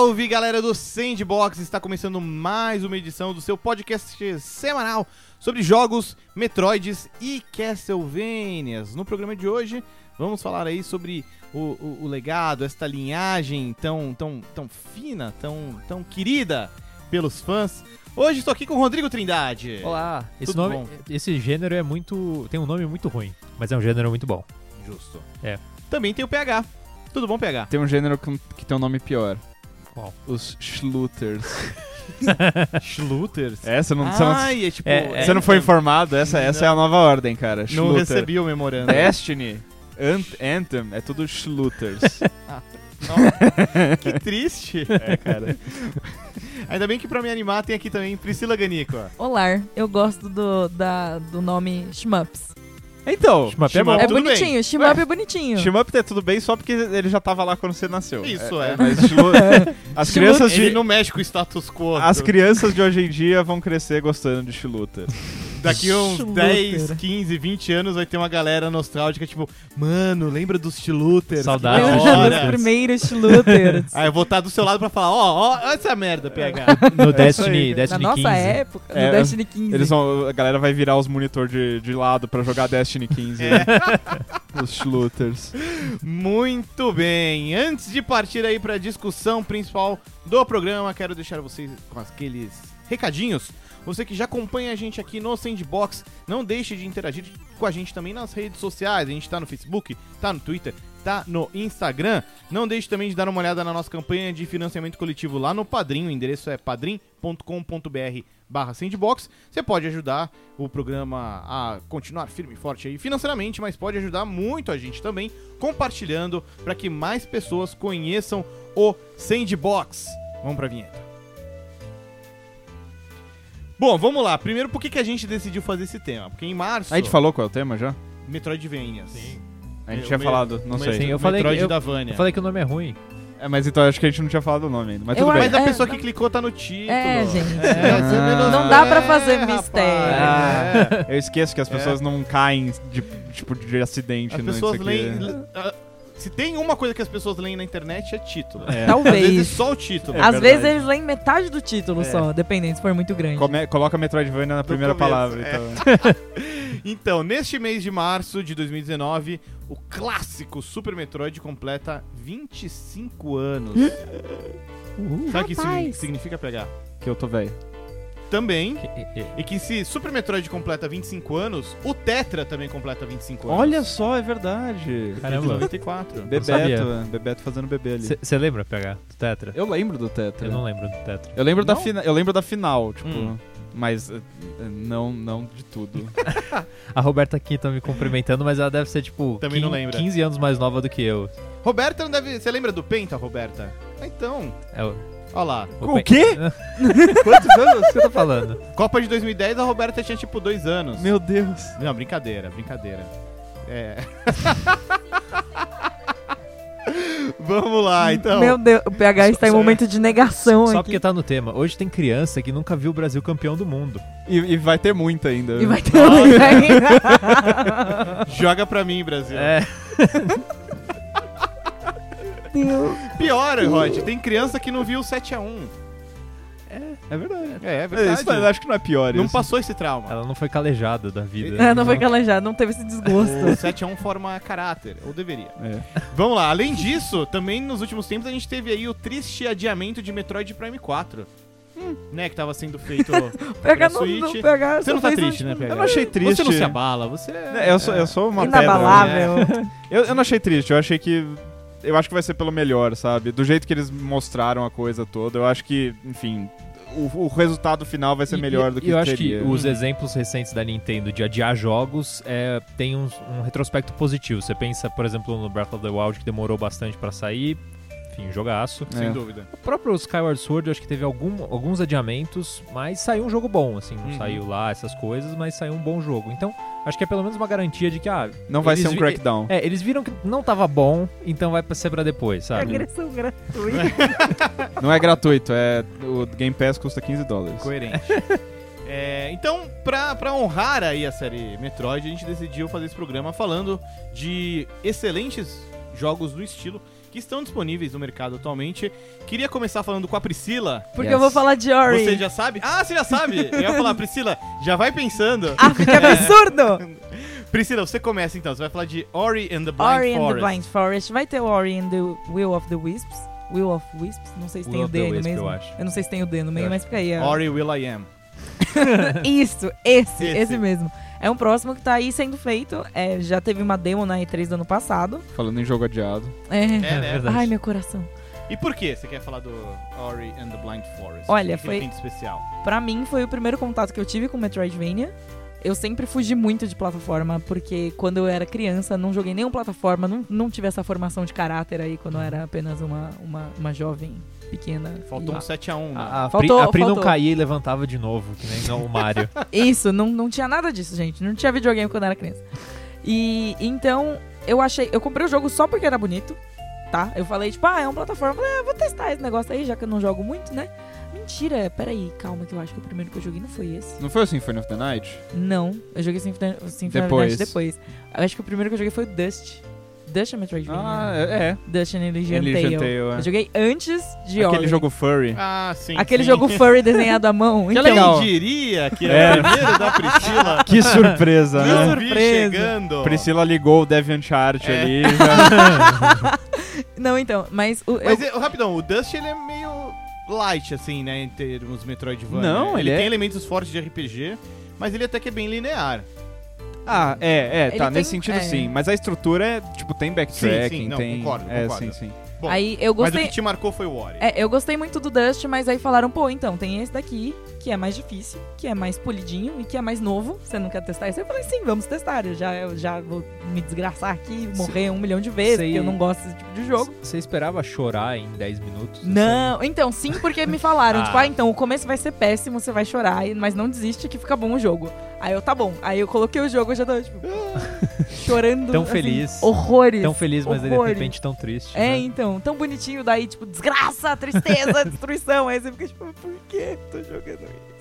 Salve, galera do Sandbox! Está começando mais uma edição do seu podcast semanal sobre jogos, Metroids e Castlevanias. No programa de hoje, vamos falar aí sobre o legado, esta linhagem tão fina, tão querida pelos fãs. Hoje estou aqui com o Rodrigo Trindade. Olá, Bom? Esse gênero tem um nome muito ruim, mas é um gênero muito bom. Justo. É. Também tem o PH. Tudo bom, PH? Tem um gênero que tem um nome pior. Qual? Os Schlooters. Schlooters? Você não foi informado? Essa é a nova ordem, cara. Não Schluter. recebi o memorando. Destiny, Anthem, é tudo Schlooters. Que triste. É, cara. Ainda bem que pra me animar tem aqui também Priscila Ganico. Olá, eu gosto do nome Shmups. Então, Shmup é bom. É tudo bonitinho, Shmup é bonitinho. Shmup é tudo bem só porque ele já tava lá quando você nasceu. Isso, é. Mas as crianças Ele não mexe com o status quo. As crianças de hoje em dia vão crescer gostando de Schluter. Daqui uns Schluter. 10, 15, 20 anos vai ter uma galera nostálgica, tipo, mano, lembra dos Schluter? Saudade Eu dos já Schluter. dos primeiros Schlutters. Aí eu vou estar do seu lado pra falar, ó essa merda, PH. No isso aí. Destiny Na 15. nossa época, no É, Destiny 15. A galera vai virar os monitor de lado pra jogar Destiny 15. Os Schluters. Muito bem, antes de partir aí pra discussão principal do programa, quero deixar vocês com aqueles recadinhos. Você que já acompanha a gente aqui no Sandbox, não deixe de interagir com a gente também nas redes sociais. A gente tá no Facebook, tá no Twitter, tá no Instagram. Não deixe também de dar uma olhada na nossa campanha de financiamento coletivo lá no Padrim. O endereço é padrim.com.br/Sandbox. Você pode ajudar o programa a continuar firme e forte aí financeiramente, mas pode ajudar muito a gente também compartilhando para que mais pessoas conheçam o Sandbox. Vamos pra vinheta. Bom, vamos lá. Primeiro, por que a gente decidiu fazer esse tema? Porque em março... A gente falou qual é o tema já? Metroidvanias. Sim. A gente tinha falado, não sei. Sim, eu falei Metroid que da Vânia. Eu falei que o nome é ruim. Mas então acho que a gente não tinha falado o nome ainda. Mas Eu tudo bem. Mas a É, pessoa não- que clicou tá no título. gente. Não dá pra fazer mistério. Eu esqueço que as pessoas não caem de acidente. As no pessoas isso aqui. leem... Se tem uma coisa que as pessoas leem na internet é título. É. Às vezes Talvez. só o título. Às verdade. vezes eles leem metade do título É. só, dependendo se for muito grande. Coloca Metroidvania na primeira começo, palavra. é. Então. Então, neste mês de março de 2019, o clássico Super Metroid completa 25 anos. Sabe o que isso Rapaz. significa, pegar? Que eu tô velho. Também. E que se Super Metroid completa 25 anos, o Tetra também completa 25 anos. Olha só, é verdade. De Caramba. 94. Bebeto fazendo bebê ali. Você lembra, PH, do Tetra? Eu lembro do Tetra. Eu não lembro do Tetra. Eu lembro, Não? eu lembro da final, tipo. Hum. Mas não de tudo. A Roberta aqui tá me cumprimentando, mas ela deve ser, tipo, Também não lembra. 15 anos mais nova do que eu. Roberta não deve... Você lembra do Penta, Roberta? Então, É o... ó lá. O quê? Quantos anos você tá falando? Copa de 2010, a Roberta tinha tipo 2 anos. Meu Deus. Não, brincadeira. É... Vamos lá, então. Meu Deus, o PH está em momento de negação Só aqui. porque tá no tema. Hoje tem criança que nunca viu o Brasil campeão do mundo. E vai ter muita ainda. E vai ter muito ainda. Joga pra mim, Brasil. É. Deus. Pior, Rod, tem criança que não viu o 7x1. É verdade. É verdade. Isso, eu acho que não é pior Não isso. passou esse trauma. Ela não foi calejada da vida. É, não foi calejado, não teve esse desgosto. O 7x1 forma caráter, ou deveria. É. Vamos lá, além disso, também nos últimos tempos a gente teve aí o triste adiamento de Metroid Prime 4. Né, que tava sendo feito PH pra Switch. PH Você não tá fez triste, né, PH? Eu não achei triste. Você não se abala, você... Eu sou uma pedra. inabalável. Eu não achei triste, eu achei que... Eu acho que vai ser pelo melhor, sabe? Do jeito que eles mostraram a coisa toda, eu acho que, enfim... O resultado final vai ser melhor do que eu acho teria. que os exemplos recentes da Nintendo de adiar jogos tem um retrospecto positivo. Você pensa, por exemplo, no Breath of the Wild, que demorou bastante pra sair. Enfim, jogaço. Sem É. dúvida. O próprio Skyward Sword, eu acho que teve alguns adiamentos, mas saiu um jogo bom, assim. Não saiu lá essas coisas, mas saiu um bom jogo. Então, acho que é pelo menos uma garantia de que, Não vai eles ser um crackdown. eles viram que não tava bom, então vai ser pra depois, sabe? Agressão gratuita. Não é gratuito, o Game Pass custa $15. Coerente. Então, pra honrar aí a série Metroid, a gente decidiu fazer esse programa falando de excelentes jogos do estilo que estão disponíveis no mercado atualmente. Queria começar falando com a Priscila. Porque eu vou falar de Ori. Você já sabe? Ah, você já sabe! Eu ia falar, Priscila, já vai pensando. Ah, que absurdo! Priscila, você começa então. Você vai falar de Ori and the Blind Ori and Forest. the Blind Forest. Vai ter o Ori and the Will of the Wisps. Will of Wisps? Não sei se tem Will o of D the aí no Wisp, meio. eu acho. Eu não sei se tem o D no meio, Eu mas fica aí. Ori Will I Am. Isso, esse mesmo. É um próximo que tá aí sendo feito. Já teve uma demo na E3 do ano passado. Falando em jogo adiado. É, né? verdade. Ai, meu coração. E por que você quer falar do Ori and the Blind Forest? Olha, O que foi- ele tem de especial? Pra mim, foi o primeiro contato que eu tive com Metroidvania. Eu sempre fugi muito de plataforma, porque quando eu era criança, não joguei nenhuma plataforma, não tive essa formação de caráter aí, quando eu era apenas uma jovem pequena. Faltou E- um 7-1, né? A Faltou- Pri não faltou. caía e levantava de novo, que nem o Mario. Isso, não tinha nada disso, gente. Não tinha videogame quando eu era criança. E então, eu comprei o jogo só porque era bonito, tá? Eu falei, tipo, é uma plataforma. Eu falei, vou testar esse negócio aí, já que eu não jogo muito, né? Mentira, peraí, calma, que eu acho que o primeiro que eu joguei não foi esse. Não foi o Symphony of the Night? Não, eu joguei Symphony of the Depois. Night depois. Eu acho que o primeiro que eu joguei foi o Dust. Dust é Metroidvania. Ah, é. Dust and Elysian Elysian Tale. Tale, é. Eu joguei antes de Aquele Ori. jogo furry. Ah, sim. Aquele sim. jogo furry desenhado à mão. Que Então, legal. Quem diria que É. era o primeiro da Priscila? Que surpresa, Que né? eu vi surpresa. chegando. Priscila ligou o DeviantArt É. ali. Já... Não, então, mas... Mas, rapidão, o Dust ele é meio light, assim, né, em termos Metroidvania. Não, ele ele tem é- elementos fortes de RPG, mas ele até que é bem linear. Ah, Ele tá, tem- nesse sentido sim. Mas a estrutura é, tipo, tem backtracking, Sim, sim, não, tem... concordo. sim. Bom, Aí eu mas o gostei... que te marcou foi o Ori. Eu gostei muito do Dust, mas aí falaram, pô, então, tem esse daqui, que é mais difícil, que é mais polidinho e que é mais novo. Você não quer testar isso? Eu falei, sim, vamos testar. Eu já vou me desgraçar aqui, morrer 1 milhão de vezes, Sei. porque eu não gosto desse tipo de jogo. Você esperava chorar em 10 minutos? Não, então, sim, porque me falaram, Ah. tipo, então, o começo vai ser péssimo, você vai chorar, mas não desiste que fica bom o jogo. Aí eu, tá bom. Aí eu coloquei o jogo e já tava, tipo, chorando. Tão assim, feliz. Horrores. Tão feliz, mas de horrores. repente tão triste. É, né? então, tão bonitinho, daí, tipo, desgraça, tristeza, destruição. Aí você fica, tipo, por que tô jogando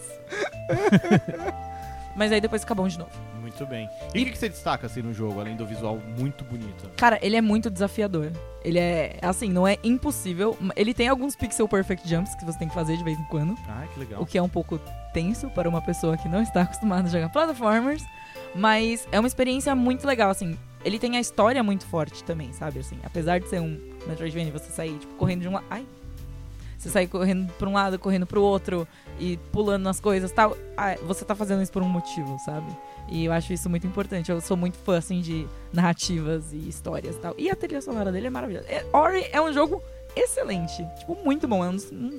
isso? Mas aí depois fica bom de novo. Muito bem. E o que você destaca, assim, no jogo, além do visual muito bonito? Cara, ele é muito desafiador. Ele é, assim, não é impossível. Ele tem alguns pixel perfect jumps que você tem que fazer de vez em quando. Ai, que legal. O que é um pouco tenso para uma pessoa que não está acostumada a jogar platformers. Mas é uma experiência muito legal, assim. Ele tem a história muito forte também, sabe? Assim, apesar de ser um Metroidvania, você sair, tipo, correndo de um lado... Ai! Você sair correndo pra um lado, correndo pro outro e pulando nas coisas e tal. Você tá fazendo isso por um motivo, sabe? E eu acho isso muito importante. Eu sou muito fã, assim, de narrativas e histórias e tal. E a trilha sonora dele é maravilhosa. Ori é um jogo excelente. Tipo, muito bom. É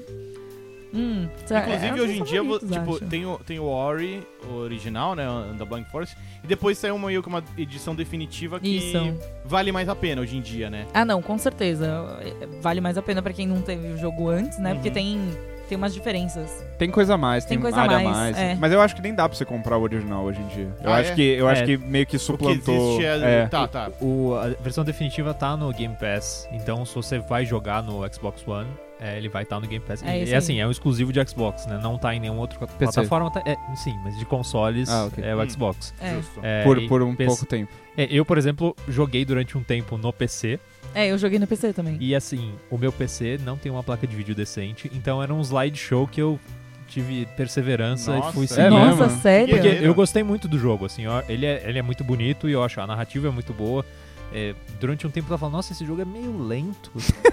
Inclusive, hoje em dia, tipo, tem... tem o Ori original, né, da Blind Forest, e depois saiu meio que uma edição definitiva que Isso. vale mais a pena hoje em dia, né? Ah, não, com certeza. Vale mais a pena pra quem não teve o jogo antes, né? Uhum. Porque tem umas diferenças. Tem coisa a mais, Tem tem coisa a área a mais, mais. é. Mas eu acho que nem dá pra você comprar o original hoje em dia. Eu Ah, acho é? que meio que O que suplantou. existe é. Tá. A versão definitiva tá no Game Pass, então se você vai jogar no Xbox One, ele vai estar no Game Pass. É isso E aí. assim, é um exclusivo de Xbox, né? Não tá em nenhuma outra plataforma. Sim, mas de consoles Ok. é o Xbox. Justo. Por um PC pouco tempo. Eu, por exemplo, joguei durante um tempo no PC. Eu joguei no PC também. E assim, o meu PC não tem uma placa de vídeo decente, então era um slideshow que eu tive perseverança Nossa, e fui é seguindo. mesmo? Nossa, sério? Porque Guerreiro. eu gostei muito do jogo, assim, ele é muito bonito e eu acho a narrativa é muito boa. Durante um tempo eu tava falando, nossa, esse jogo é meio lento.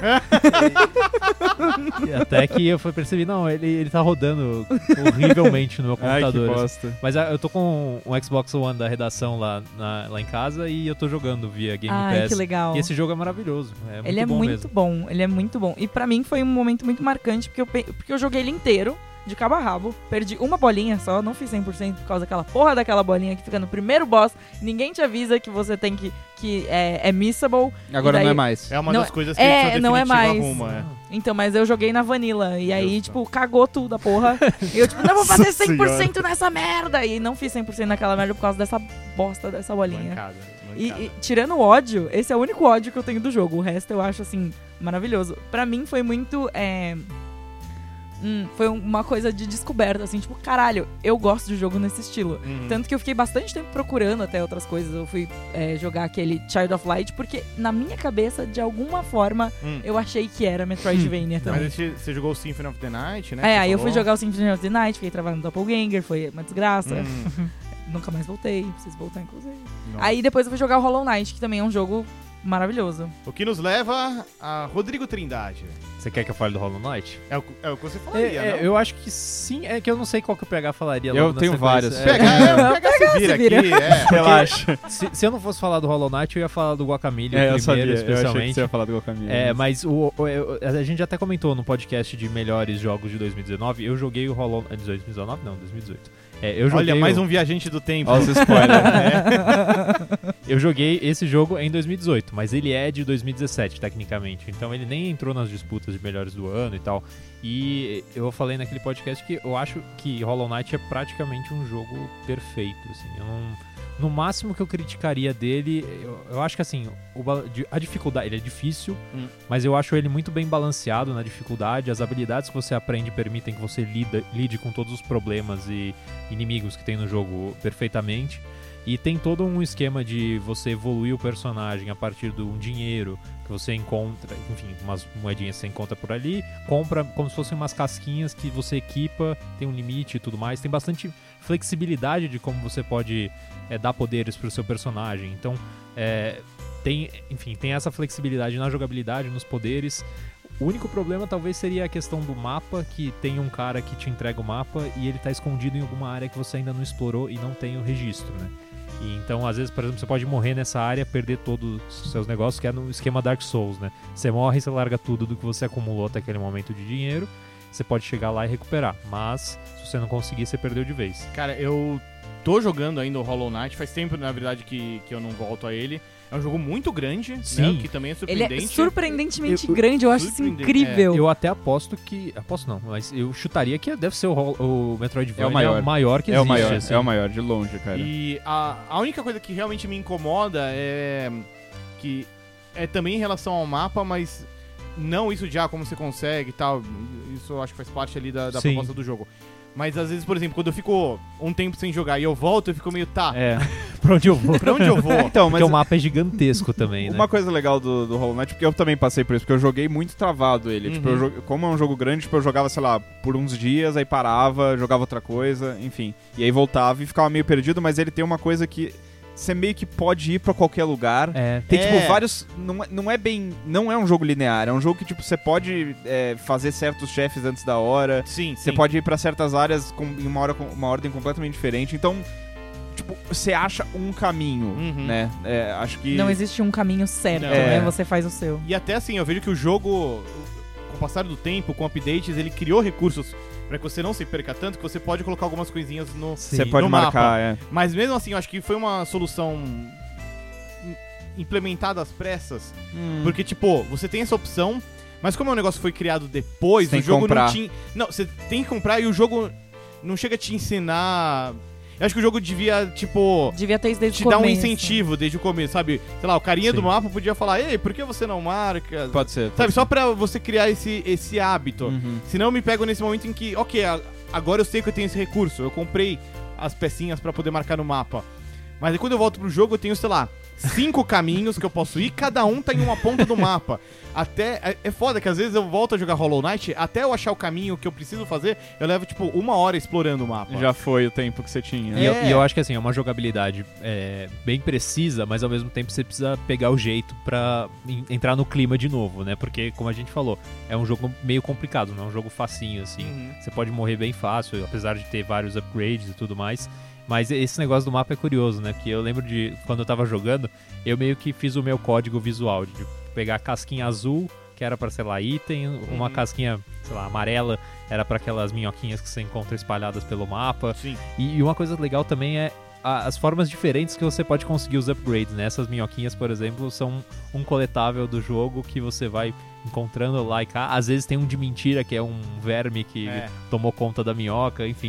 E até que eu percebi, não, ele tá rodando horrivelmente no meu Ai, que computador. assim. bosta. Mas eu tô com um Xbox One da redação lá em casa e eu tô jogando via Game Ai, Pass. que legal. E esse jogo é maravilhoso. Ele é bom muito mesmo. bom, ele é muito bom. E pra mim foi um momento muito marcante, porque eu joguei ele inteiro, de cabo a rabo. Perdi uma bolinha só, não fiz 100% por causa daquela porra daquela bolinha que fica no primeiro boss. Ninguém te avisa que você tem que é missable. Agora E daí- não é mais. É uma Não, das coisas que a edição não é definitiva mais. arruma, Então, mas eu joguei na Vanilla. E aí, Justo. tipo, cagou tudo a porra. E eu, tipo, não vou fazer Nossa 100% nessa merda. E não fiz 100% naquela merda por causa dessa bosta dessa bolinha. Mancada. E tirando o ódio, esse é o único ódio que eu tenho do jogo. O resto eu acho, assim, maravilhoso. Pra mim foi muito. foi uma coisa de descoberta, assim, tipo, caralho, eu gosto de jogo nesse estilo. Tanto que eu fiquei bastante tempo procurando até outras coisas. Eu fui jogar aquele Child of Light, porque na minha cabeça, de alguma forma, eu achei que era Metroidvania também. Mas você jogou o Symphony of the Night, né? Aí eu fui jogar o Symphony of the Night, fiquei travando no Doppelganger, foi uma desgraça. Nunca mais voltei, preciso voltar, inclusive. Nossa. Aí depois eu fui jogar o Hollow Knight, que também é um jogo maravilhoso. O que nos leva a Rodrigo Trindade. Você quer que eu fale do Hollow Knight? É o que você falaria, não? Eu acho que sim. É que eu não sei qual que o PH falaria. Eu logo na tenho sequência. vários. PH se vira se vira. aqui, Relaxa. Se eu não fosse falar do Hollow Knight, eu ia falar do Guacamelee, Eu o sabia, primeiro, eu achei que especialmente. você ia falar do Guacamelee. Mas a gente até comentou no podcast de melhores jogos de 2019. Eu joguei o Hollow Knight. 2019? Não, 2018. Eu joguei Olha, mais um viajante do tempo. Olha os spoilers. Eu joguei esse jogo em 2018, mas ele é de 2017, tecnicamente. Então ele nem entrou nas disputas de melhores do ano e tal. E eu falei naquele podcast que eu acho que Hollow Knight é praticamente um jogo perfeito, assim. No máximo que eu criticaria dele, eu acho que assim, a dificuldade, ele é difícil, mas eu acho ele muito bem balanceado na dificuldade. As habilidades que você aprende permitem que você lide com todos os problemas e inimigos que tem no jogo perfeitamente. E tem todo um esquema de você evoluir o personagem a partir do dinheiro que você encontra, enfim, umas moedinhas que você encontra por ali, compra como se fossem umas casquinhas que você equipa, tem um limite e tudo mais. Tem bastante flexibilidade de como você pode dar poderes pro seu personagem. Então, tem essa flexibilidade na jogabilidade, nos poderes. O único problema talvez seria a questão do mapa, que tem um cara que te entrega o mapa e ele tá escondido em alguma área que você ainda não explorou e não tem o registro, né? E então, às vezes, por exemplo, você pode morrer nessa área, perder todos os seus negócios, que é no esquema Dark Souls, né? Você morre, você larga tudo do que você acumulou até aquele momento de dinheiro, você pode chegar lá e recuperar, mas se você não conseguir, você perdeu de vez. Cara, eu tô jogando ainda o Hollow Knight, faz tempo, na verdade, que eu não volto a ele. É um jogo muito grande, Sim. né? Que também é Ele surpreendente. é surpreendentemente grande, eu acho isso surpreendente, incrível. Eu até aposto que... Aposto não, mas eu chutaria que deve ser o Metroidvania É o maior. que existe. Assim. É o maior, de longe, cara. E a única coisa que realmente me incomoda é que é também em relação ao mapa, mas não isso de como você consegue e tal. Isso eu acho que faz parte ali da Sim. proposta do jogo. Mas às vezes, por exemplo, quando eu fico um tempo sem jogar e eu volto, eu fico meio, Pra onde eu vou? pra onde eu vou? Então, mas Porque o mapa é gigantesco também, né? uma coisa legal do Hollow Knight, porque eu também passei por isso, porque eu joguei muito travado ele. Tipo, como é um jogo grande, tipo, eu jogava, sei lá, por uns dias, aí parava, jogava outra coisa, enfim. E aí voltava e ficava meio perdido, mas ele tem uma coisa que você meio que pode ir pra qualquer lugar. Tem, tipo, vários... Não é um jogo linear, é um jogo que, tipo, você pode fazer certos chefes antes da hora. Sim, Você pode ir pra certas áreas em uma ordem completamente diferente. Então, tipo, você acha um caminho, né? Acho que... Não existe um caminho certo, Não. né? Você faz o seu. E até assim, eu vejo que o jogo, com o passar do tempo, com updates, ele criou recursos pra que você não se perca tanto, que você pode colocar algumas coisinhas no Você pode no marcar, mapa. Mas mesmo assim, eu acho que foi uma solução implementada às pressas, porque, tipo, você tem essa opção, mas como o negócio foi criado depois, Tem o jogo que comprar. não tinha... Não, você tem que comprar e o jogo não chega a te ensinar... Eu acho que o jogo devia, tipo... Devia ter isso desde te o dar um começo. incentivo desde o começo, sabe? Sei lá, o carinha Sim. do mapa podia falar, ei, por que você não marca? Pode ser. Sabe, só pra você criar esse hábito. Senão eu me pego nesse momento em que, ok, agora eu sei que eu tenho esse recurso, eu comprei as pecinhas pra poder marcar no mapa. Mas aí quando eu volto pro jogo, eu tenho, sei lá, 5 caminhos que eu posso ir, cada um tá em uma ponta do mapa. Até... É foda que às vezes eu volto a jogar Hollow Knight, até eu achar o caminho que eu preciso fazer, eu levo, tipo, 1 hora explorando o mapa. Já foi o tempo que você tinha. E eu acho que assim, é uma jogabilidade bem precisa, mas ao mesmo tempo você precisa pegar o jeito pra entrar no clima de novo, né? Porque, como a gente falou, é um jogo meio complicado, não é um jogo facinho, assim. Você pode morrer bem fácil, apesar de ter vários upgrades e tudo mais. Mas esse negócio do mapa é curioso, né? Porque eu lembro de, quando eu tava jogando, eu meio que fiz o meu código visual de pegar a casquinha azul, que era pra, sei lá, item, uma casquinha, sei lá, amarela, era pra aquelas minhoquinhas que você encontra espalhadas pelo mapa. Sim. E uma coisa legal também é as formas diferentes que você pode conseguir os upgrades, né? Essas minhoquinhas, por exemplo, são um coletável do jogo que você vai encontrando lá e cá. Às vezes tem um de mentira, que é um verme que tomou conta da minhoca, enfim.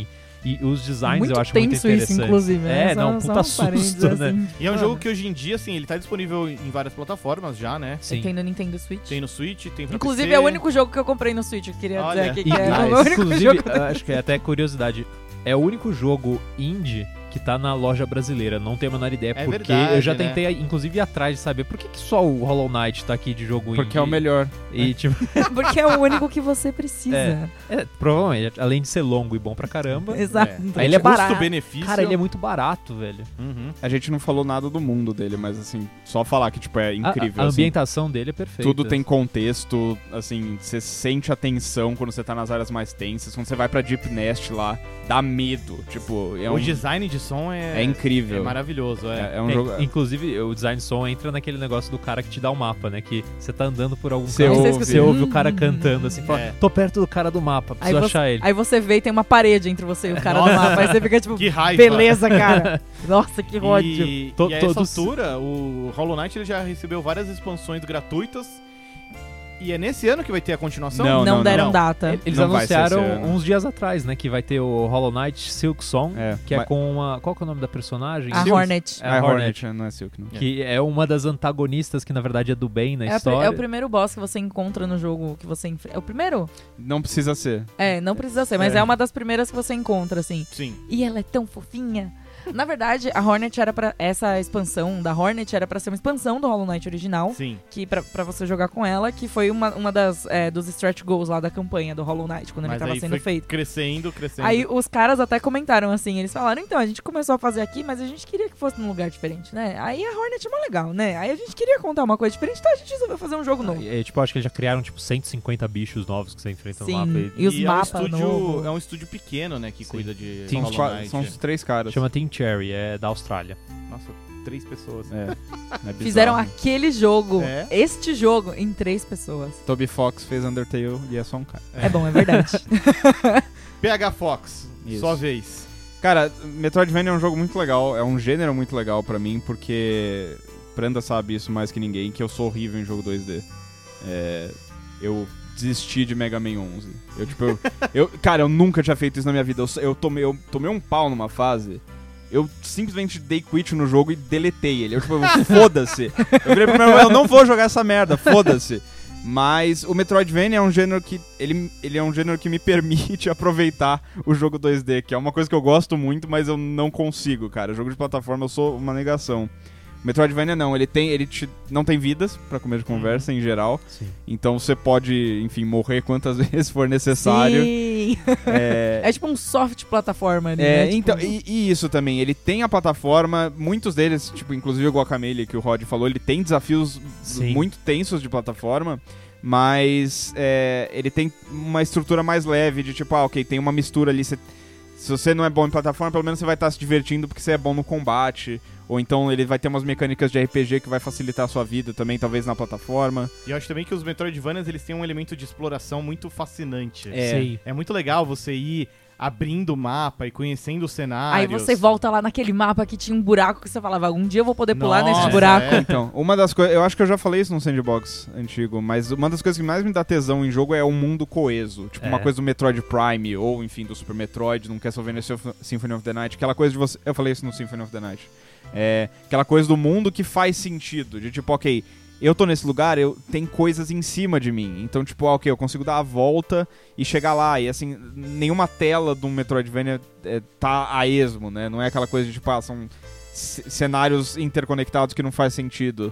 E os designs Muito eu acho muito tenso interessantes. isso, inclusive, né? É, não, Só puta um parênteses, susto, né? assim. E é um jogo que hoje em dia, assim, ele tá disponível em várias plataformas já, né? Sim. Tem no Nintendo Switch. Tem no Switch, tem pra Inclusive, PC. é o único jogo que eu comprei no Switch. Eu queria Olha. dizer aqui que E, é o único inclusive, jogo. acho que é até curiosidade, é o único jogo indie que tá na loja brasileira. Não tenho a menor ideia É porque verdade, eu já né? tentei, inclusive, ir atrás de saber por que só o Hollow Knight tá aqui de jogo indie. Porque é o melhor. E, tipo, Porque é o único que você precisa. provavelmente, além de ser longo e bom pra caramba. Exato. É. Então, Aí ele é barato. Custo-benefício. Cara, ele é muito barato, velho. Uhum. A gente não falou nada do mundo dele, mas assim, só falar que, tipo, é incrível. A assim. ambientação dele é perfeita. Tudo tem contexto, assim, você sente a tensão quando você tá nas áreas mais tensas. Quando você vai pra Deep Nest lá, dá medo. Tipo, O design de som é incrível. é maravilhoso, É um jogo. Inclusive, o design som entra naquele negócio do cara que te dá o mapa, né? Que você tá andando por algum Você canto, ouve. você ouve o cara cantando assim, fala, É. tô perto do cara do mapa, preciso achar ele. Aí você vê e tem uma parede entre você e o cara do Nossa. mapa. Aí você fica tipo, Que raiva. beleza, cara. Nossa, que ódio. E To- a essa todos- altura, o Hollow Knight ele já recebeu várias expansões gratuitas. E é nesse ano que vai ter a continuação? Não, deram não. data. Eles Não vai ser anunciaram esse ano. uns dias atrás, né, que vai ter o Hollow Knight Silk Song, que é mas- com uma... Qual que é o nome da personagem? A Silks. Hornet. É a Hornet. não é Silk, não. Que é uma das antagonistas que, na verdade, é do bem na história. É o primeiro boss que você encontra no jogo que você enfrenta. É o primeiro? Não precisa ser. É, não precisa ser, mas é uma das primeiras que você encontra, assim. Sim. E ela é tão fofinha. Na verdade, a Hornet era pra. Essa expansão da Hornet era pra ser uma expansão do Hollow Knight original. Sim. Que pra você jogar com ela, que foi uma das dos stretch goals lá da campanha do Hollow Knight, quando ele Mas tava aí sendo foi feito. crescendo. Aí os caras até comentaram assim, eles falaram, então, a gente começou a fazer aqui, mas a gente queria que fosse num lugar diferente, né? Aí a Hornet é mais legal, né? Aí a gente queria contar uma coisa diferente, então a gente resolveu fazer um jogo novo. Tipo, acho que eles já criaram, tipo, 150 bichos novos que você enfrenta Sim. no mapa. E os é um mapas estúdio, novos. é um estúdio pequeno, né, que Sim. cuida de Sim, Hollow Knight. São os 3 caras. Chama Team Cherry, é da Austrália. Nossa, 3 pessoas. É bizarro. Fizeram aquele jogo, É. este jogo, em 3 pessoas. Toby Fox fez Undertale e é só um cara. É bom, é verdade. PH Fox, Isso. sua vez. Cara, Metroidvania é um jogo muito legal, é um gênero muito legal pra mim, porque Pranda sabe isso mais que ninguém, que eu sou horrível em jogo 2D. Eu desisti de Mega Man 11. Cara, eu nunca tinha feito isso na minha vida. Eu tomei um pau numa fase. Eu simplesmente dei quit no jogo e deletei ele. Foda-se. Eu virei pro meu irmão, eu não vou jogar essa merda, foda-se. Mas o Metroidvania é um gênero que ele é um gênero que me permite aproveitar o jogo 2D, que é uma coisa que eu gosto muito, mas eu não consigo, cara. Jogo de plataforma eu sou uma negação. Metroidvania não, não tem vidas pra comer de conversa em geral. Sim. Então você pode, enfim, morrer quantas vezes for necessário. Sim. É tipo um soft plataforma, né? Tipo, Então, e isso também, ele tem a plataforma, muitos deles, tipo, inclusive o Guacamelee que o Rod falou, ele tem desafios Sim. muito tensos de plataforma, mas ele tem uma estrutura mais leve, de tipo, ok, tem uma mistura ali, se você não é bom em plataforma, pelo menos você vai estar se divertindo porque você é bom no combate, ou então ele vai ter umas mecânicas de RPG que vai facilitar a sua vida também, talvez na plataforma. E eu acho também que os Metroidvanias, eles têm um elemento de exploração muito fascinante. Sim. É muito legal você ir abrindo o mapa e conhecendo os cenários. Aí você volta lá naquele mapa que tinha um buraco que você falava, um dia eu vou poder pular Nossa, nesse buraco. Então, uma das coisas, eu acho que eu já falei isso no Sandbox antigo, mas uma das coisas que mais me dá tesão em jogo é um mundo coeso. Tipo, uma coisa do Metroid Prime, ou enfim, do Super Metroid, num Castlevania Symphony of the Night, aquela coisa de você... Eu falei isso no Symphony of the Night. Aquela coisa do mundo que faz sentido, de tipo, ok, eu tô nesse lugar, tem coisas em cima de mim. Então, tipo, ok, eu consigo dar a volta e chegar lá. E assim, nenhuma tela de um Metroidvania tá a esmo, né? Não é aquela coisa de, tipo, são cenários interconectados que não faz sentido.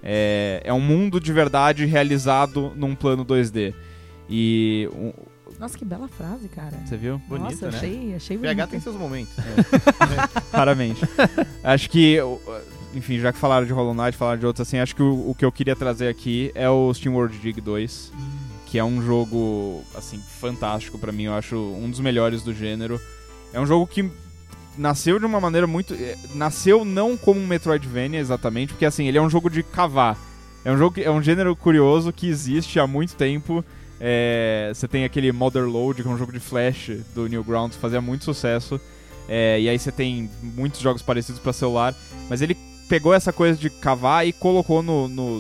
É um mundo de verdade realizado num plano 2D. E... Nossa, que bela frase, cara. Você viu? Bonito, Nossa, né? achei PH bonito. tem seus momentos. Raramente. Acho que... Enfim, já que falaram de Hollow Knight, falaram de outros assim, acho que o que eu queria trazer aqui é o SteamWorld Dig 2, que é um jogo, assim, fantástico pra mim, eu acho um dos melhores do gênero. É um jogo que nasceu de uma maneira muito... Nasceu não como um Metroidvania, exatamente, porque, assim, ele é um jogo de cavar. É um gênero curioso que existe há muito tempo. Você tem aquele Motherload, que é um jogo de Flash do Newgrounds, fazia muito sucesso. E aí você tem muitos jogos parecidos pra celular, mas ele pegou essa coisa de cavar e colocou no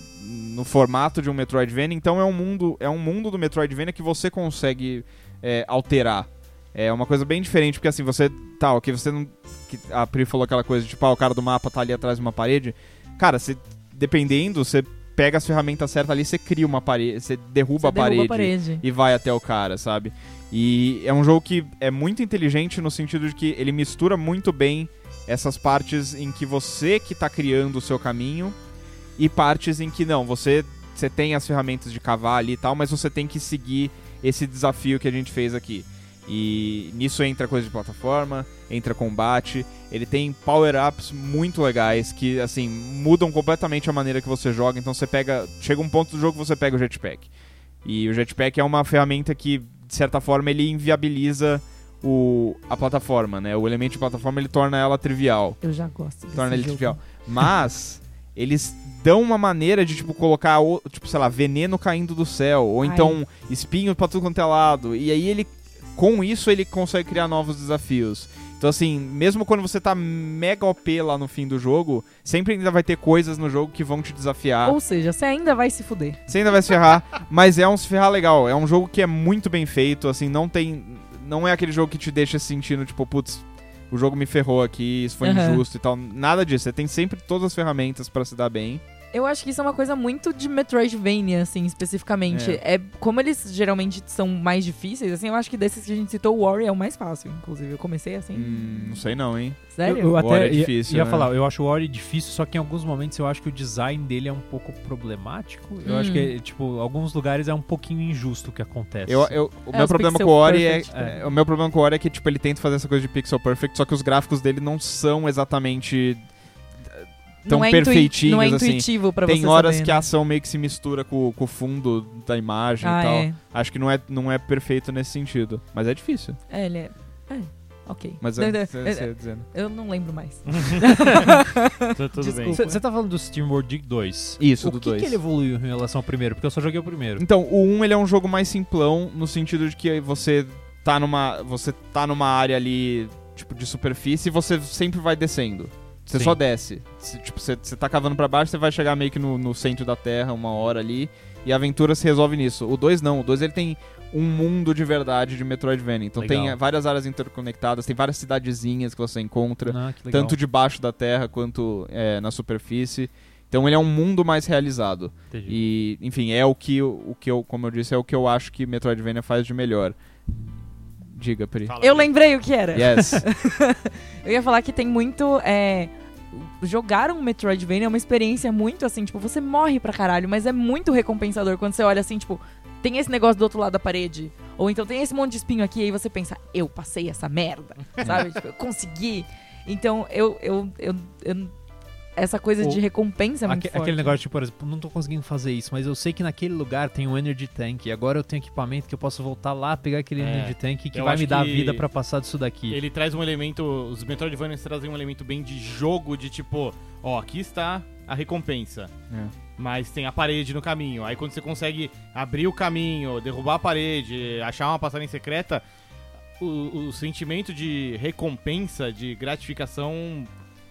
formato de um Metroidvania. Então é um mundo do Metroidvania que você consegue alterar. É uma coisa bem diferente, porque assim, você... Tá, ok, você não... A Pri falou aquela coisa de, tipo, o cara do mapa tá ali atrás de uma parede. Cara, dependendo, você pega as ferramentas certas ali, você cria uma parede, você derruba a parede e vai até o cara, sabe? E é um jogo que é muito inteligente no sentido de que ele mistura muito bem essas partes em que você que tá criando o seu caminho e partes em que não, você tem as ferramentas de cavar ali e tal, mas você tem que seguir esse desafio que a gente fez aqui. E nisso entra coisa de plataforma, entra combate, ele tem power-ups muito legais que, assim, mudam completamente a maneira que você joga. Então chega um ponto do jogo que você pega o jetpack. E o jetpack é uma ferramenta que, de certa forma, ele inviabiliza a plataforma, né? O elemento de plataforma, ele torna ela trivial. Eu já gosto desse Torna ele jogo. trivial. Mas eles dão uma maneira de, tipo, colocar, tipo, sei lá, veneno caindo do céu, ou então espinho pra tudo quanto é lado. E aí com isso ele consegue criar novos desafios. Então, assim, mesmo quando você tá mega OP lá no fim do jogo, sempre ainda vai ter coisas no jogo que vão te desafiar. Ou seja, você ainda vai se fuder. Você ainda vai se ferrar, mas é um se ferrar legal. É um jogo que é muito bem feito, assim, não é aquele jogo que te deixa sentindo, tipo, putz, o jogo me ferrou aqui, isso foi injusto e tal. Nada disso. Você tem sempre todas as ferramentas pra se dar bem. Eu acho que isso é uma coisa muito de Metroidvania, assim, especificamente. Como eles geralmente são mais difíceis, assim, eu acho que desses que a gente citou, o Ori é o mais fácil, inclusive. Eu comecei assim. Não sei não, hein? Sério? Eu O Ori até é difícil, ia né? falar, eu acho o Ori difícil, só que em alguns momentos eu acho que o design dele é um pouco problemático. Eu acho que, tipo, alguns lugares é um pouquinho injusto o que acontece. O meu problema com o Ori o meu problema com o Ori é que, tipo, ele tenta fazer essa coisa de pixel perfect, só que os gráficos dele não são exatamente tão perfeitinhos, não é assim. intuitivo pra você Tem horas saber, que a né? ação meio que se mistura com o fundo da imagem e tal. É. Acho que não é perfeito nesse sentido, mas é difícil. Ele é... ok. Mas Não, você ia dizendo. eu não lembro mais. Tudo bem. Desculpa. Você tá falando do SteamWorld Dig 2. Isso, o do que 2. que ele evoluiu em relação ao primeiro? Porque eu só joguei o primeiro. Então, o 1 ele é um jogo mais simplão, no sentido de que você tá numa área ali, tipo, de superfície e você sempre vai descendo. Você Sim. só desce. Você tá cavando pra baixo, você vai chegar meio que no centro da Terra uma hora ali, e a aventura se resolve nisso. O 2 não. O 2 ele tem um mundo de verdade de Metroidvania. Então Legal. tem várias áreas interconectadas, tem várias cidadezinhas que você encontra, Que legal. tanto debaixo da Terra quanto na superfície. Então ele é um mundo mais realizado. Entendi. E, enfim, é o que eu, como eu disse, é o que eu acho que Metroidvania faz de melhor. Diga, Pri. Fala, Eu Pri. lembrei o que era. Yes. Eu ia falar que tem muito... jogar um Metroidvania é uma experiência muito assim, tipo, você morre pra caralho, mas é muito recompensador quando você olha assim, tipo, tem esse negócio do outro lado da parede, ou então tem esse monte de espinho aqui, e aí você pensa, eu passei essa merda, sabe? Tipo, eu consegui. Então, essa coisa de recompensa é muito forte. Aquele negócio, tipo, por exemplo, não tô conseguindo fazer isso, mas eu sei que naquele lugar tem um Energy Tank, e agora eu tenho equipamento que eu posso voltar lá, pegar aquele Energy Tank que eu vai acho me dar a que vida pra passar disso daqui. Ele traz um elemento, os Metroidvanias trazem um elemento bem de jogo, de tipo, ó, aqui está a recompensa, mas tem a parede no caminho. Aí quando você consegue abrir o caminho, derrubar a parede, achar uma passagem secreta, o sentimento de recompensa, de gratificação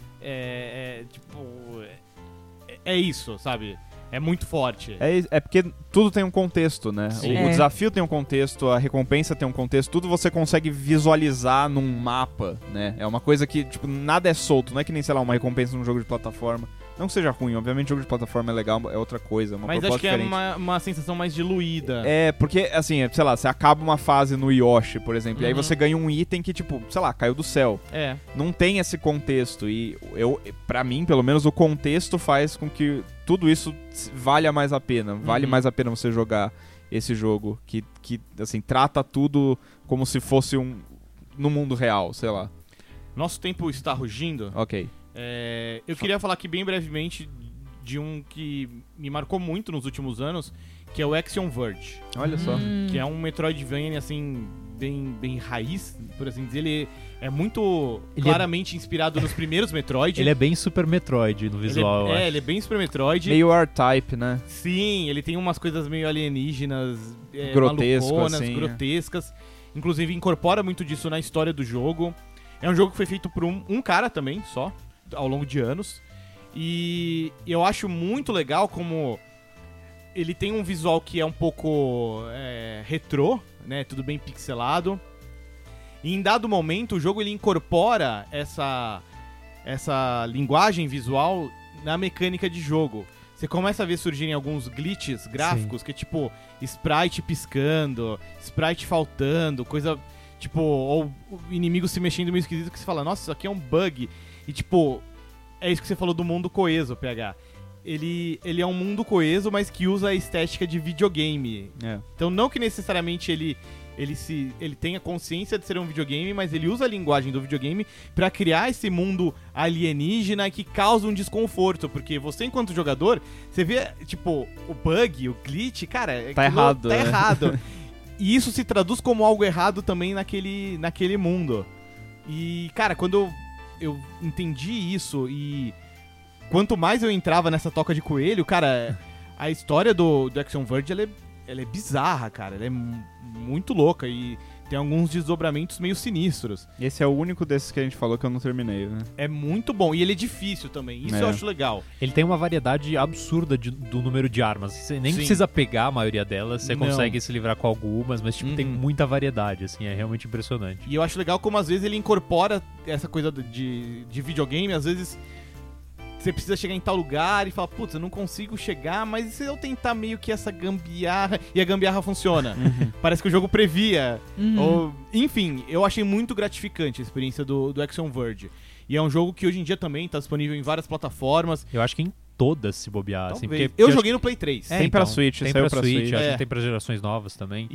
é isso, sabe? É muito forte. É porque tudo tem um contexto, né? Sim. O desafio tem um contexto, a recompensa tem um contexto, tudo você consegue visualizar num mapa, né? É uma coisa que, tipo, nada é solto, não é que nem, sei lá, uma recompensa num jogo de plataforma. Não que seja ruim, obviamente jogo de plataforma é legal, é outra coisa, é uma Mas proposta acho que diferente. é uma sensação mais diluída. É, porque, assim, sei lá, você acaba uma fase no Yoshi, por exemplo, e aí Uhum. você ganha um item que, tipo, sei lá, caiu do céu. É. Não tem esse contexto, e pra mim, pelo menos, o contexto faz com que tudo isso valha mais a pena. Vale Uhum. mais a pena você jogar esse jogo, que assim, trata tudo como se fosse no mundo real, sei lá. Nosso tempo está rugindo. Ok. Eu queria falar aqui bem brevemente de um que me marcou muito nos últimos anos, que é o Axiom Verge, Olha só. que é um Metroidvania, assim, bem raiz, por assim dizer. Ele é muito claramente inspirado nos primeiros Metroid. Ele é bem Super Metroid no visual, eu acho. Ele é bem Super Metroid. Meio R-Type, né? Sim, ele tem umas coisas meio alienígenas, Grotesco, maluconas, assim, grotescas. Inclusive, incorpora muito disso na história do jogo. É um jogo que foi feito por um cara também, só, ao longo de anos. E eu acho muito legal como ele tem um visual que é um pouco retrô, né? Tudo bem pixelado. E em dado momento, o jogo ele incorpora essa linguagem visual na mecânica de jogo. Você começa a ver surgirem alguns glitches gráficos, que é tipo sprite piscando, sprite faltando, coisa tipo, ou o inimigo se mexendo meio esquisito, que você fala, nossa, isso aqui é um bug. E tipo, é isso que você falou do mundo coeso, PH. Ele é um mundo coeso, mas que usa a estética de videogame. Então não que necessariamente ele tenha consciência de ser um videogame, mas ele usa a linguagem do videogame pra criar esse mundo alienígena que causa um desconforto, porque você, enquanto jogador, você vê, tipo, o bug, o glitch, cara... Tá errado. Tá errado. E isso se traduz como algo errado também naquele mundo. E, cara, quando eu entendi isso e quanto mais eu entrava nessa toca de coelho, cara, a história do Axiom Verge, ela é bizarra, cara. Ela é muito louca e tem alguns desdobramentos meio sinistros. Esse é o único desses que a gente falou que eu não terminei, né? É muito bom. E ele é difícil também. Isso eu acho legal. Ele tem uma variedade absurda do número de armas. Você nem Sim. precisa pegar a maioria delas. Você Não. consegue se livrar com algumas, mas tipo, tem muita variedade, assim. É realmente impressionante. E eu acho legal como às vezes ele incorpora essa coisa de videogame. Às vezes você precisa chegar em tal lugar e fala, putz, eu não consigo chegar, mas e se eu tentar meio que essa gambiarra, e a gambiarra funciona? Parece que o jogo previa. Ou, enfim, eu achei muito gratificante a experiência do Axiom Verge. E é um jogo que hoje em dia também tá disponível em várias plataformas. Eu acho que em todas, se bobear. Assim, porque eu joguei no Play 3. Tem pra Switch, tem saiu pra pra Switch, Switch. acho que tem pra gerações novas também.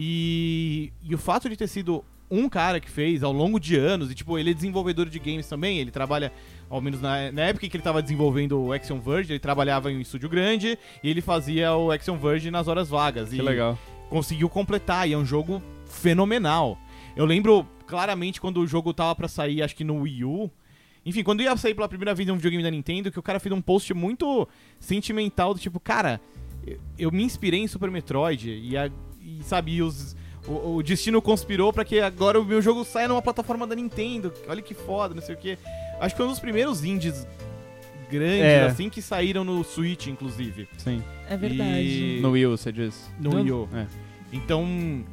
E o fato de ter sido um cara que fez ao longo de anos, e tipo, ele é desenvolvedor de games também, ele trabalha, ao menos na época que ele tava desenvolvendo o Axiom Verge, ele trabalhava em um estúdio grande, e ele fazia o Axiom Verge nas horas vagas. Que legal. Conseguiu completar, e é um jogo fenomenal. Eu lembro claramente quando o jogo tava pra sair, acho que no Wii U, enfim, quando ia sair pela primeira vez um videogame da Nintendo, que o cara fez um post muito sentimental, do tipo, cara, eu me inspirei em Super Metroid, e sabe, o destino conspirou pra que agora o meu jogo saia numa plataforma da Nintendo. Olha que foda, não sei o que. Acho que foi um dos primeiros indies grandes, assim, que saíram no Switch, inclusive. Sim. É verdade. No Wii U, você diz? No Wii U. É. Então,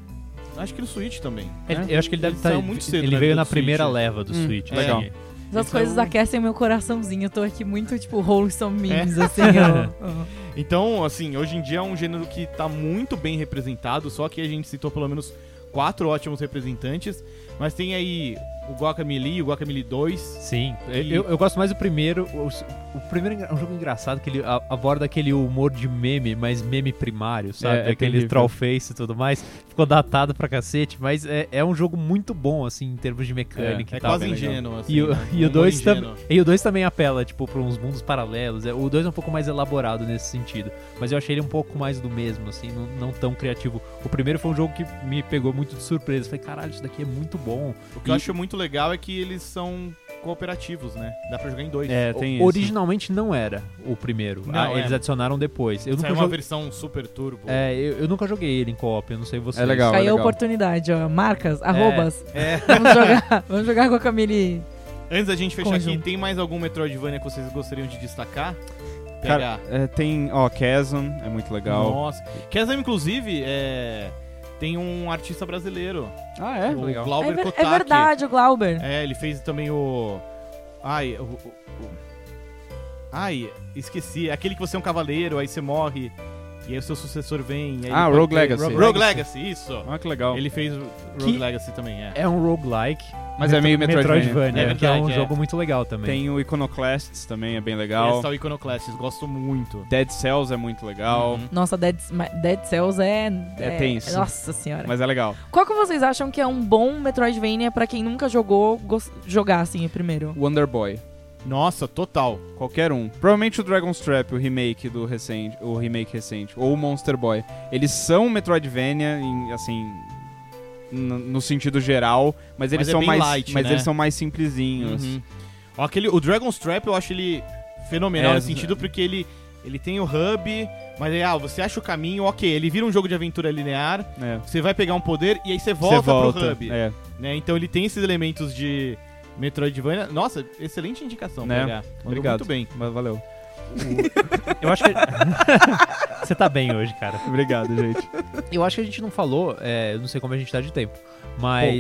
acho que no Switch também. Eu acho que ele deve estar... saiu muito cedo Ele na veio vida na do primeira Switch. leva do Switch. Legal. Assim. Essas Então- coisas aquecem meu coraçãozinho. Eu tô aqui muito, tipo, wholesome memes, assim, ó. Então, assim, hoje em dia é um gênero que tá muito bem representado, só que a gente citou pelo menos 4 ótimos representantes, mas tem aí o Guacamelee e o Guacamelee 2. Sim, Que- eu gosto mais do primeiro. O primeiro é um jogo engraçado, que ele aborda aquele humor de meme, mas meme primário, sabe? É Aquele terrível. trollface e tudo mais. Ficou datado pra cacete, mas é um jogo muito bom, assim, em termos de mecânica É e tal. quase bem legal. ingênuo, assim. E o, né? e o Humor 2 ingênuo. e o 2 também apela, tipo, pra uns mundos paralelos. O 2 é um pouco mais elaborado nesse sentido. Mas eu achei ele um pouco mais do mesmo, assim, não tão criativo. O primeiro foi um jogo que me pegou muito de surpresa. Falei, caralho, isso daqui é muito bom. O que eu acho muito legal é que eles são cooperativos, né? Dá pra jogar em 2. É, tem isso. Originalmente não era o primeiro. Não, Eles adicionaram depois. Eu Essa nunca é uma joguei. versão super turbo. Eu nunca joguei ele em co-op, eu não sei vocês. É legal. Caiu a legal. oportunidade, ó. Marcas, arrobas. É. Vamos jogar com a Camille. Antes da gente fechar Conjunto. aqui, tem mais algum Metroidvania que vocês gostariam de destacar? Cara, tem, Chasm, é muito legal. Nossa. Chasm, inclusive, tem um artista brasileiro. Ah, é? O Legal. Glauber É Kotaki. verdade, o Glauber. Ele fez também o... Ai, esqueci. Aquele que você é um cavaleiro, aí você morre, e aí o seu sucessor vem. Aí ele Rogue pode ter- Legacy. Rogue Legacy, isso. Ah, que legal. Ele fez o Rogue Legacy também, É um roguelike. Mas é meio Metroidvania. É que é um verdade, jogo muito legal também. Tem o Iconoclasts também, é bem Esse legal. é o Iconoclasts, gosto muito. Dead Cells é muito legal. Uhum. Nossa, Dead Cells é tenso. Nossa senhora. Mas é legal. Qual que vocês acham que é um bom Metroidvania pra quem nunca jogou, jogar assim o primeiro? Wonder Boy. Nossa, total. Qualquer um. Provavelmente o Dragon's Trap, o remake recente. Ou o Monster Boy. Eles são Metroidvania, assim... No sentido geral, mas eles é são bem mais light, mas né? eles são mais simplesinhos. Uhum. O Dragon's Trap, eu acho ele fenomenal É, nesse sentido, porque ele tem o hub, mas aí, você acha o caminho, ok, ele vira um jogo de aventura linear, É. você vai pegar um poder e aí você volta pro hub. É. Né? Então ele tem esses elementos de Metroidvania. Nossa, excelente indicação, Né? PH. Mandou Obrigado. muito bem. Mas valeu. Eu acho que... Você tá bem hoje, cara. Obrigado, gente. Eu acho que a gente não falou, eu não sei como a gente tá de tempo, mas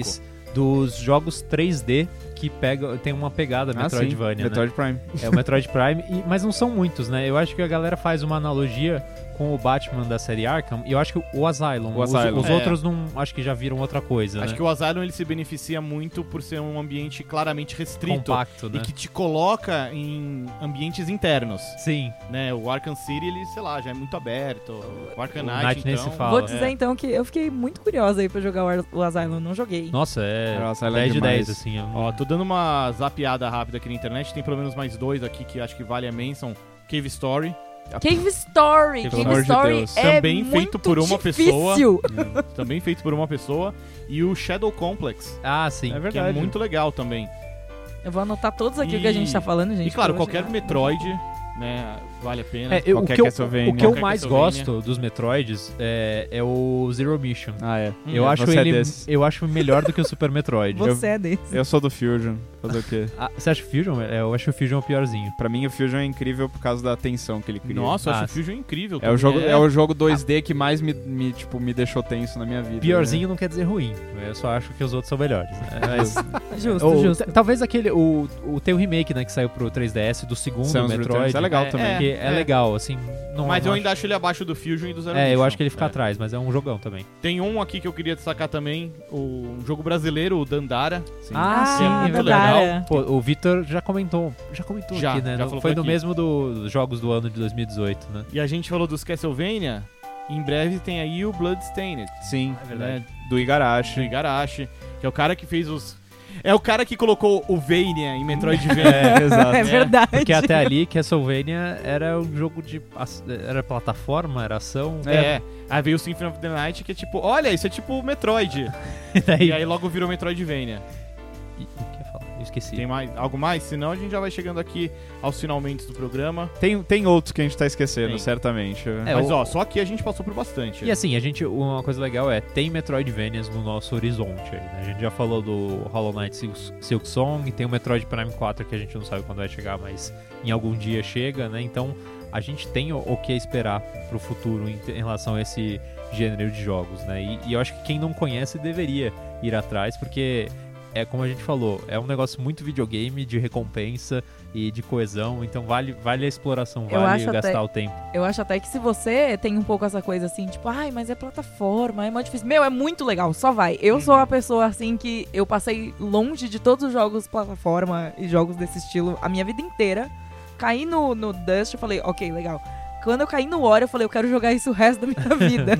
dos jogos 3D que tem uma pegada Metroidvania, né? Metroid Prime. É o Metroid Prime, mas não são muitos, né? Eu acho que a galera faz uma analogia com o Batman da série Arkham, e eu acho que o Asylum. Os outros não, acho que já viram outra coisa, Acho né? que o Asylum ele se beneficia muito por ser um ambiente claramente restrito. Compacto, né? E que te coloca em ambientes internos, Sim. né? O Arkham City, ele, sei lá, já é muito aberto. O Arkham Knight, Knight nem então... se fala. Vou dizer então que eu fiquei muito curiosa aí pra jogar o Asylum, não joguei. Nossa, é O Asylum 10 de demais. 10, assim. Ó, tô dando uma zapeada rápida aqui na internet, tem pelo menos mais 2 aqui que acho que vale a menção. Cave Story, Cave Story! Pelo Cave amor de Story Deus. é Também muito feito por uma difícil. também feito por uma pessoa. E o Shadow Complex, Ah, sim. É que é verdade. muito legal também. Eu vou anotar todos aqui o que a gente tá falando, gente. E claro, que eu vou qualquer chegar. Metroid, né, vale a pena. É, o Qualquer que eu Castlevania. mais Castlevania. gosto dos Metroids é o Zero Mission. Ah, é. Eu acho você é ele desses. eu acho melhor do que o Super Metroid. Você é desse. Eu sou do Fusion. Fazer o quê? Você acha o Fusion? Eu acho o Fusion o piorzinho. Pra mim, o Fusion é incrível por causa da tensão que ele cria. Nossa, eu acho Ah, o Fusion incrível. É o jogo, também. é o jogo 2D que mais me deixou tenso na minha vida. Piorzinho não quer dizer ruim. Eu só acho que os outros são melhores. Né? Mas, Justo, justo. Talvez aquele. Tem o remake, né, que saiu pro 3DS do segundo Samus Metroid. Returns é legal também. Que é legal, assim. Não, Mas não eu acho- ainda acho ele abaixo do Fusion e do Zero eu Mission. acho que ele fica atrás, mas é um jogão também. Tem um aqui que eu queria destacar também, um jogo brasileiro, o Dandara. Sim. sim, é muito Dandara. legal. Pô, o Vitor já comentou Já, aqui, né? já falou Foi aqui. no mesmo dos jogos do ano de 2018, né? E a gente falou dos Castlevania, em breve tem aí o Bloodstained, Sim, É verdade. né, do do Igarashi. Igarashi, que é o cara que fez os... É o cara que colocou o Vania em Metroidvania. É, exato. É verdade. Porque até ali, Castlevania era um jogo de... Era plataforma, era ação. Aí veio o Symphony of the Night, que é tipo, olha, isso é tipo Metroid. E daí... E aí logo virou Metroidvania. O que eu ia falar? Eu esqueci. Tem mais, algo mais? Senão a gente já vai chegando aqui aos finalmente do programa. Tem outros que a gente tá esquecendo, Tem. certamente. Mas ó, só aqui a gente passou por bastante. E assim, uma coisa legal tem Metroidvanias no nosso horizonte aí, né? A gente já falou do Hollow Knight Silk Song, e tem o Metroid Prime 4 que a gente não sabe quando vai chegar, mas em algum dia chega, né? Então a gente tem o que esperar pro futuro em relação a esse gênero de jogos, né? E eu acho que quem não conhece deveria ir atrás, porque é como a gente falou, é um negócio muito videogame, de recompensa e de coesão, então vale a exploração, Eu vale acho gastar até- o tempo. Eu acho até que se você tem um pouco essa coisa assim, tipo, ai, mas é plataforma, é muito difícil. Meu, é muito legal, só vai. Eu sou a pessoa assim que eu passei longe de todos os jogos plataforma e jogos desse estilo a minha vida inteira. Caí no Dust e falei, ok, legal. Quando eu caí no Ori, eu falei, eu quero jogar isso o resto da minha vida.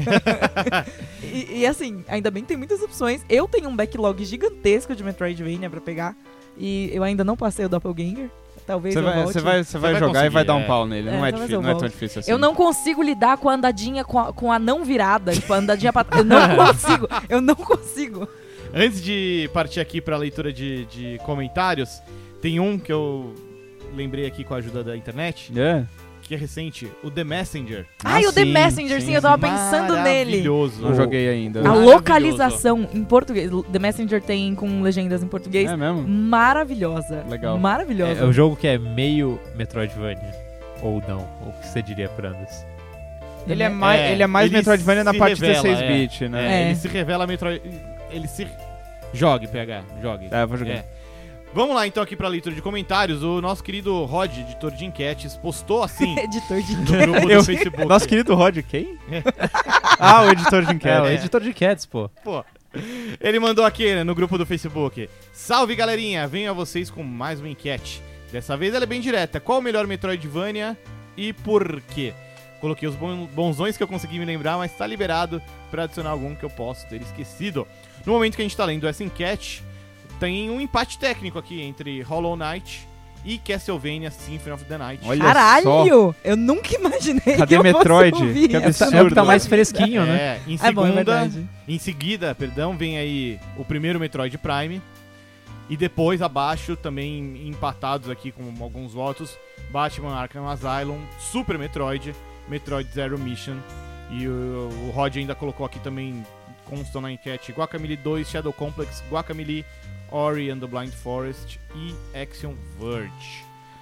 e assim, ainda bem que tem muitas opções. Eu tenho um backlog gigantesco de Metroidvania pra pegar. E eu ainda não passei o Doppelganger. Talvez eu volte. Você vai vai jogar e vai conseguir, dar um é. pau nele. Não é talvez difícil, eu não é tão volte. difícil assim. Eu não consigo lidar com a andadinha com a não virada. Tipo, a andadinha pra trás. Eu não consigo. Eu não consigo. Antes de partir aqui pra leitura de comentários, tem um que eu lembrei aqui com a ajuda da internet, É. que é recente, o The Messenger. Ai, o The sim, Messenger, sim, eu tava pensando nele. Maravilhoso. Não joguei ainda. A Maravilhoso. localização em português. The Messenger tem com legendas em português. É mesmo? Maravilhosa. Legal. Maravilhosa. É um jogo que é meio Metroidvania, ou não, o que você diria, Brandas? Ele é mais ele Metroidvania na se parte revela, 16-bit, né? É. Ele se revela Metroid... Ele se... Jogue, PH, jogue. É, eu vou jogar. É. Vamos lá então aqui pra leitura de comentários. O nosso querido Rod, editor de enquetes, postou assim Editor de no grupo do Eu- Facebook. Nosso querido Rod, quem? Ah, o editor de É, enquete. o editor de Cats, pô. Pô. Ele mandou aqui, né, no grupo do Facebook. Salve, galerinha! Venho a vocês com mais uma enquete. Dessa vez ela é bem direta. Qual o melhor Metroidvania e por quê? Coloquei os bonzões que eu consegui me lembrar, mas tá liberado pra adicionar algum que eu posso ter esquecido. No momento que a gente tá lendo essa enquete, tem um empate técnico aqui entre Hollow Knight e Castlevania Symphony of the Night. Olha Caralho! Eu nunca imaginei Cadê que eu Metroid? fosse ouvir Que essa- absurdo. É o que tá mais fresquinho, né? É, em É bom, é segunda, verdade. em seguida, vem aí o primeiro Metroid Prime. E depois, abaixo, também empatados aqui com alguns votos, Batman Arkham Asylum, Super Metroid, Metroid Zero Mission. E o Rod ainda colocou aqui também, constou na enquete, Guacamelee 2, Shadow Complex, Guacamelee, Ori and the Blind Forest e Axiom Verge.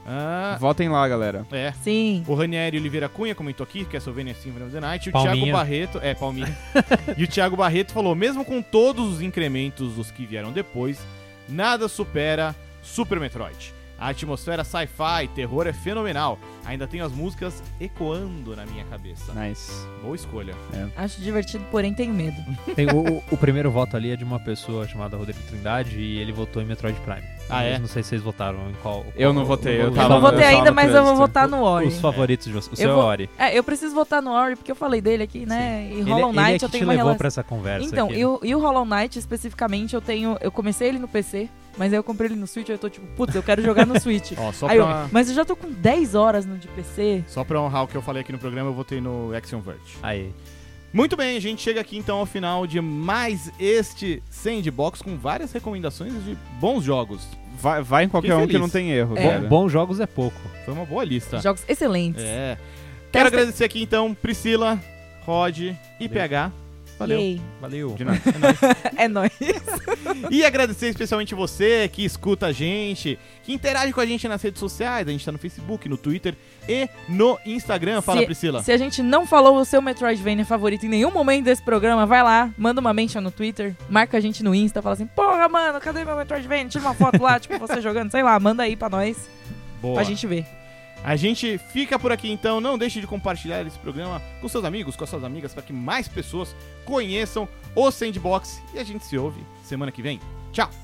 Votem lá, galera. Sim. O Ranieri Oliveira Cunha comentou aqui, que é Sylvania Symphony of the Night. E o Palminha. Thiago Barreto... Palminha. E o Thiago Barreto falou, mesmo com todos os incrementos dos que vieram depois, nada supera Super Metroid. A atmosfera sci-fi, terror é fenomenal. Ainda tenho as músicas ecoando na minha cabeça. Nice. Boa escolha. Acho divertido, porém tenho medo. Tem o primeiro voto ali é de uma pessoa chamada Rodrigo Trindade e ele votou em Metroid Prime. É? Não sei se vocês votaram em qual. Eu não votei, eu Eu tava não votei só ainda, no mas eu vou trânsito. votar no Ori. Os favoritos de vocês. O Eu seu é vou- Ori. Eu preciso votar no Ori, porque eu falei dele aqui, né? E Hollow Ele é Knight que eu te tenho uma levou relação. pra essa conversa Então, aqui. e o Hollow Knight, especificamente, eu comecei ele no PC, mas aí eu comprei ele no Switch, aí eu tô tipo, putz, eu quero jogar no Switch. Ó, só Aí pra, mas eu já tô com 10 horas no de PC. só pra honrar o que eu falei aqui no programa, eu votei no Axiom Verge. Aí. Muito bem, a gente chega aqui então ao final de mais este Sandbox com várias recomendações de bons jogos. Vai em qualquer Fiquei um que feliz. não tem erro, É. cara. Bons jogos é pouco. Foi uma boa lista. Jogos excelentes. É. Quero agradecer aqui então Priscila, Rod e Valeu. PH. Valeu. Yay. Valeu. De nada. É nóis. É nóis. E agradecer especialmente você que escuta a gente, que interage com a gente nas redes sociais. A gente tá no Facebook, no Twitter e no Instagram. Fala, Priscila. Se a gente não falou o seu Metroidvania favorito em nenhum momento desse programa, vai lá, manda uma mention no Twitter, marca a gente no Insta, fala assim, porra, mano, cadê meu Metroidvania? Tira uma foto lá, tipo, você jogando, sei lá, manda aí pra nós, Boa. pra gente ver. A gente fica por aqui então. Não deixe de compartilhar esse programa com seus amigos, com as suas amigas, para que mais pessoas conheçam o Sandbox. E a gente se ouve semana que vem. Tchau!